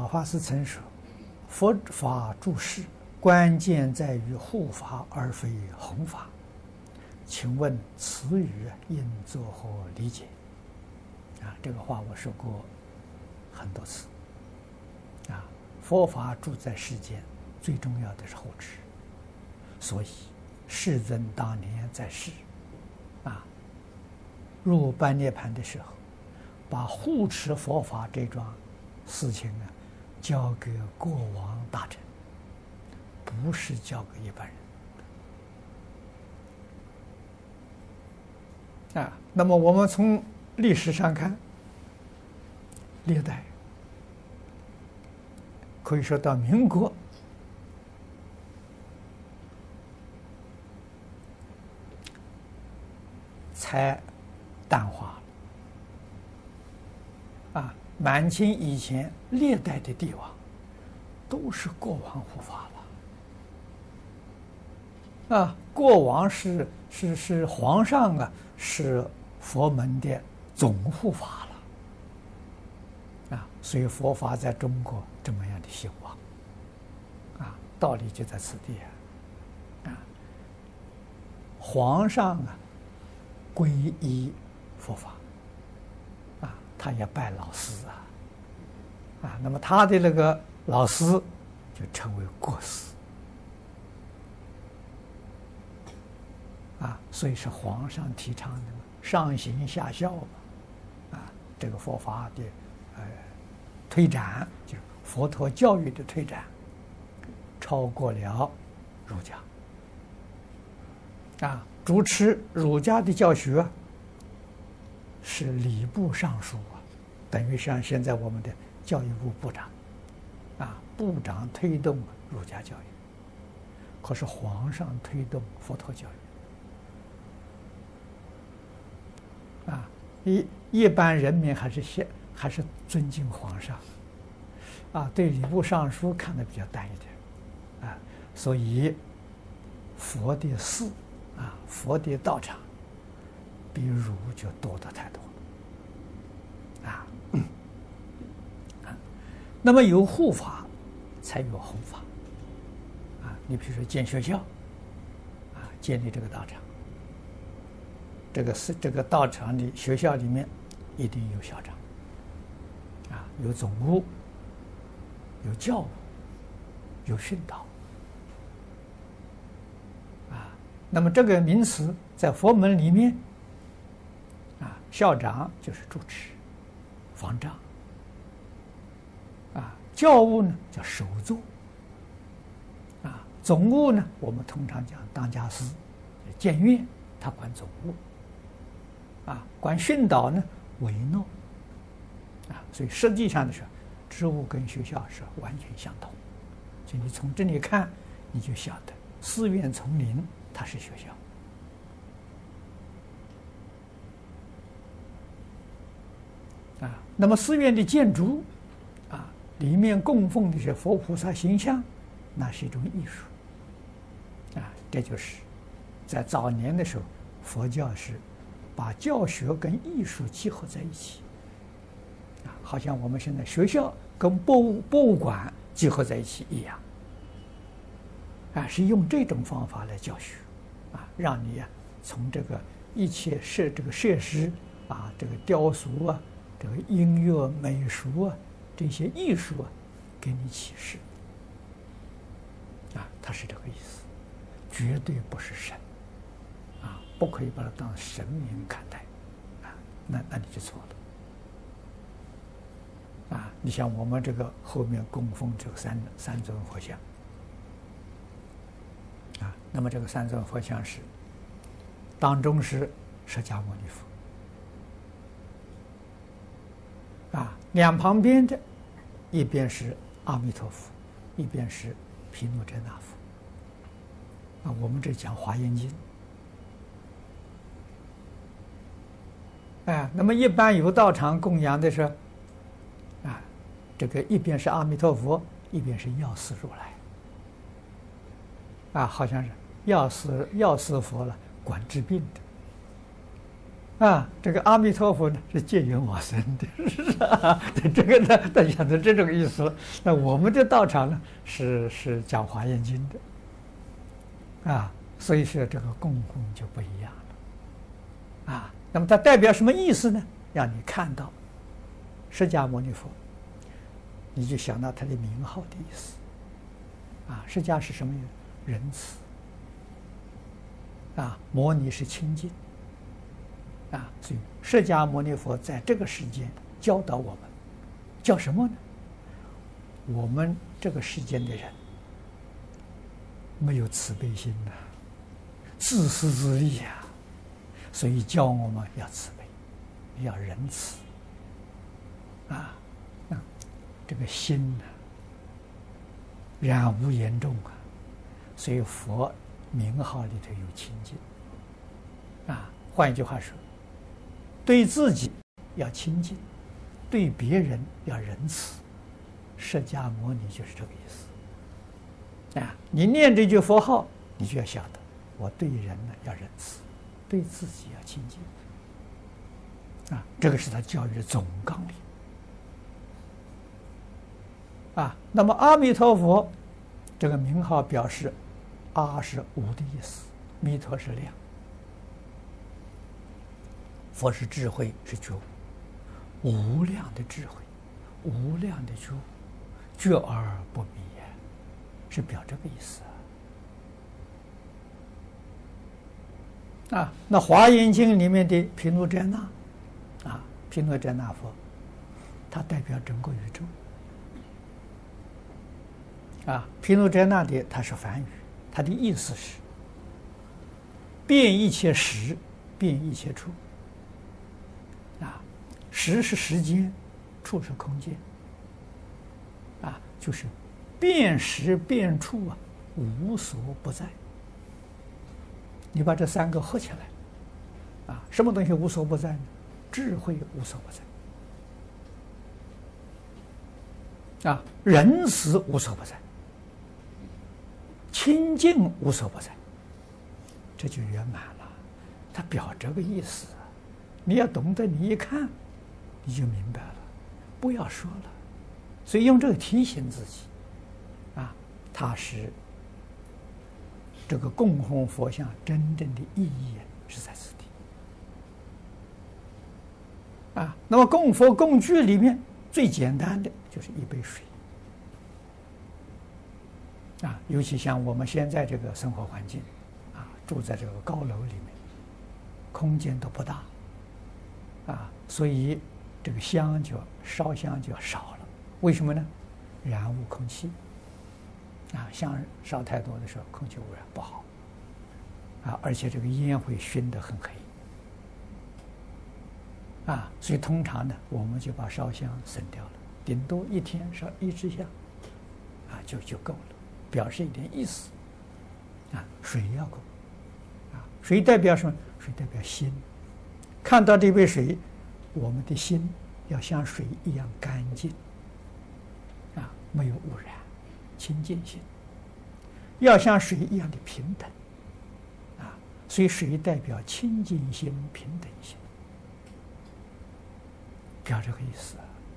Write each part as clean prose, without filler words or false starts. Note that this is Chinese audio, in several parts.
法师曾说：“佛法诸事，关键在于护法，而非弘法。”请问此语应作何理解？这个话我说过很多次。佛法住在世间，最重要的是护持。所以世尊当年在世，入般涅盘的时候，把护持佛法这桩事情交给国王大臣，不是交给一般人。那么我们从历史上看，历代可以说到民国，才淡化了。满清以前历代的帝王都是国王护法了。国王是皇上是佛门的总护法了。所以佛法在中国这么样的兴旺，道理就在此地。皇上皈依佛法，他也拜老师那么他的那个老师就称为国师所以是皇上提倡的上行下效这个佛法的推展，就是佛陀教育的推展，超过了儒家。主持儒家的教学是礼部尚书等于像现在我们的教育部部长部长推动儒家教育，可是皇上推动佛陀教育一般人民还是尊敬皇上对礼部尚书看得比较淡一点所以佛的寺佛的道场比儒就多得太多那么有护法才有弘法你比如说建学校建立这个道场，这个道场里学校里面一定有校长有总务，有教务，有训导那么这个名词在佛门里面校长就是主持方丈教务呢叫首座总务呢我们通常讲当家司监院，他管总务管训导呢为诺所以实际上的是职务跟学校是完全相同，所以你从这里看你就晓得寺院丛林它是学校那么寺院的建筑里面供奉的是佛菩萨形象，那是一种艺术这就是在早年的时候佛教是把教学跟艺术结合在一起好像我们现在学校跟博物馆结合在一起一样是用这种方法来教学让你从这个一切设施这个雕塑这个音乐美术这些艺术给你启示它是这个意思，绝对不是神不可以把它当神明看待那你就错了你像我们这个后面供奉这个三尊佛像那么这个三尊佛像是当中是释迦牟尼佛两旁边的一边是阿弥陀佛，一边是毗卢遮那佛我们这讲华严经那么一般有道场供养的是这个一边是阿弥陀佛，一边是药师如来好像是药师佛了管治病这个阿弥陀佛呢是借缘往生的，是吧？这个呢，他讲的这种意思。那我们的道场呢是讲华严经的，所以说这个供奉就不一样了，那么它代表什么意思呢？让你看到释迦牟尼佛，你就想到他的名号的意思，释迦是什么仁慈，摩尼是清净。所以释迦牟尼佛在这个世间教导我们，叫什么呢？我们这个世间的人没有慈悲心自私自利所以教我们要慈悲，要仁慈这个心染污严重所以佛名号里头有清净换一句话说，对自己要清净，对别人要仁慈。释迦牟尼就是这个意思你念这句佛号，你就要晓得，我对人呢要仁慈，对自己要清净这个是他教育的总纲领那么阿弥陀佛这个名号表示阿是无的意思，弥陀是量，佛是智慧，是觉悟，无量的智慧，无量的觉悟，觉而不迷是表这个意思那华严经里面的毗卢遮那毗卢遮那佛，它代表整个宇宙毗卢遮那的它是梵语，它的意思是遍一切时，遍一切处时是时间，处是空间就是遍时遍处无所不在。你把这三个合起来什么东西无所不在呢？智慧无所不在仁慈无所不在，清净无所不在，这就圆满了。它表这个意思你要懂得，你一看你就明白了，不要说了。所以用这个提醒自己它是这个供奉佛像真正的意义是在此地那么供佛供具里面最简单的就是一杯水尤其像我们现在这个生活环境住在这个高楼里面，空间都不大所以这个香烧香就少了。为什么呢？染污空气香烧太多的时候，空气污染不好而且这个烟会熏得很黑所以通常呢，我们就把烧香省掉了，顶多一天烧一支香就够了，表示一点意思水要够水代表什么？水代表心。看到这杯水，我们的心要像水一样干净没有污染，清净心，要像水一样的平等所以水代表清净心、平等心，表这个意思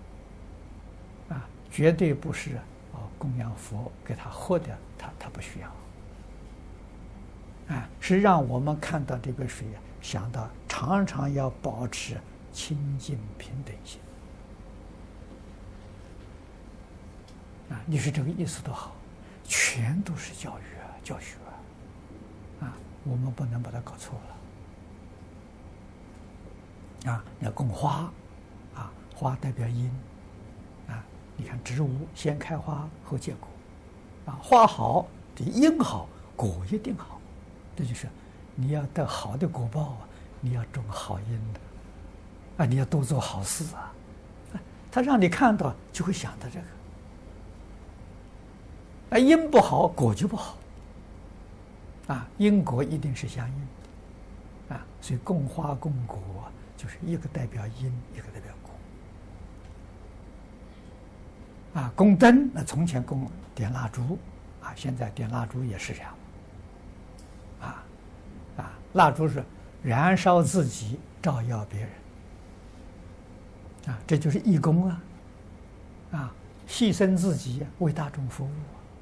绝对不是供养佛给他喝的，他不需要是让我们看到这杯水想到常常要保持清净平等心你是这个意思都好，全都是教育教学我们不能把它搞错了要供花花代表因你看植物先开花后结果花好的因好，果一定好。这就是你要得好的果报你要种好因的你要多做好事他让你看到就会想到这个因不好果就不好因果一定是相应的所以供花供果就是一个代表因，一个代表果供灯，那从前供点蜡烛现在点蜡烛也是这样蜡烛是燃烧自己照耀别人啊，这就是义工啊，啊，牺牲自己为大众服务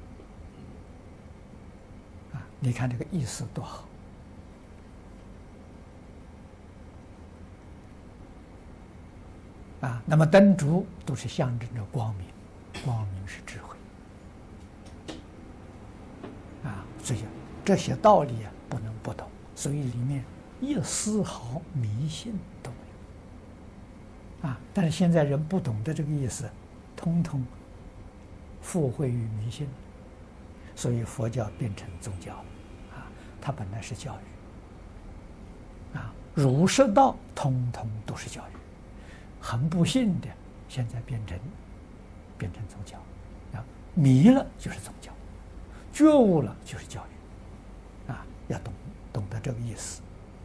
啊，你看这个意思多好啊！那么灯烛都是象征着光明，光明是智慧啊，所以这些道理啊不能不懂，所以里面一丝毫迷信都没有啊。但是现在人不懂得这个意思，通通附会于迷信，所以佛教变成宗教啊，它本来是教育啊，儒释道通通都是教育。很不幸的，现在变成宗教啊，迷了就是宗教，觉悟了就是教育啊，要懂得这个意思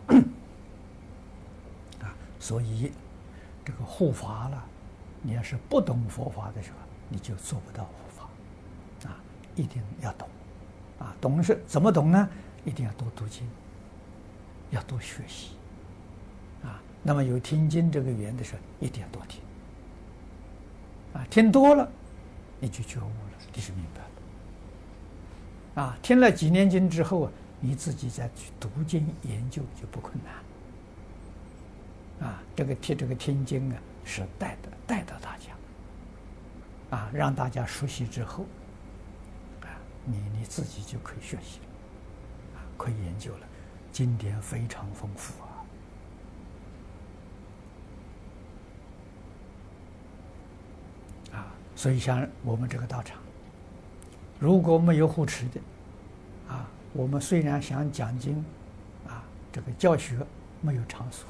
啊。所以这个护法了，你要是不懂佛法的时候，你就做不到护法啊，一定要懂啊。懂是怎么懂呢？一定要多读经，要多学习啊。那么有听经这个缘的时候，一定要多听啊，听多了你就觉悟了，你是明白了啊。听了几年经之后啊，你自己再去读经研究就不困难啊。这个听经啊，是带到大家啊，让大家熟悉之后啊，你自己就可以学习了啊，可以研究了，经典非常丰富啊。所以像我们这个道场，如果没有护持的啊，我们虽然想讲经啊，这个教学没有场所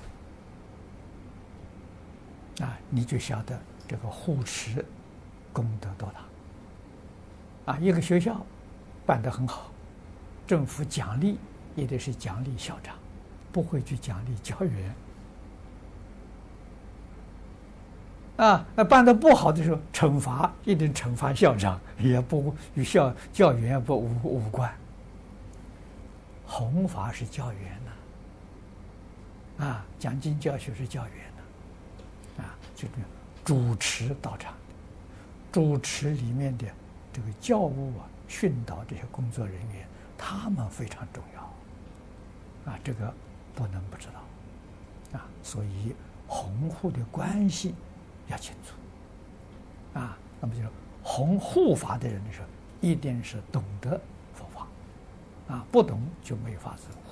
啊，你就晓得这个护持功德多大啊。一个学校办得很好，政府奖励也得是奖励校长，不会去奖励教员啊。那办得不好的时候，惩罚一定惩罚校长，也不与教员不无关。弘法是教员呐，啊，讲经教学是教员呐，啊，就是主持道场，主持里面的这个教务啊、训导这些工作人员，他们非常重要啊，这个不能不知道啊。所以弘护的关系要清楚啊。那么就是弘护法的人的时候，一定是懂得佛法啊，不懂就没法子。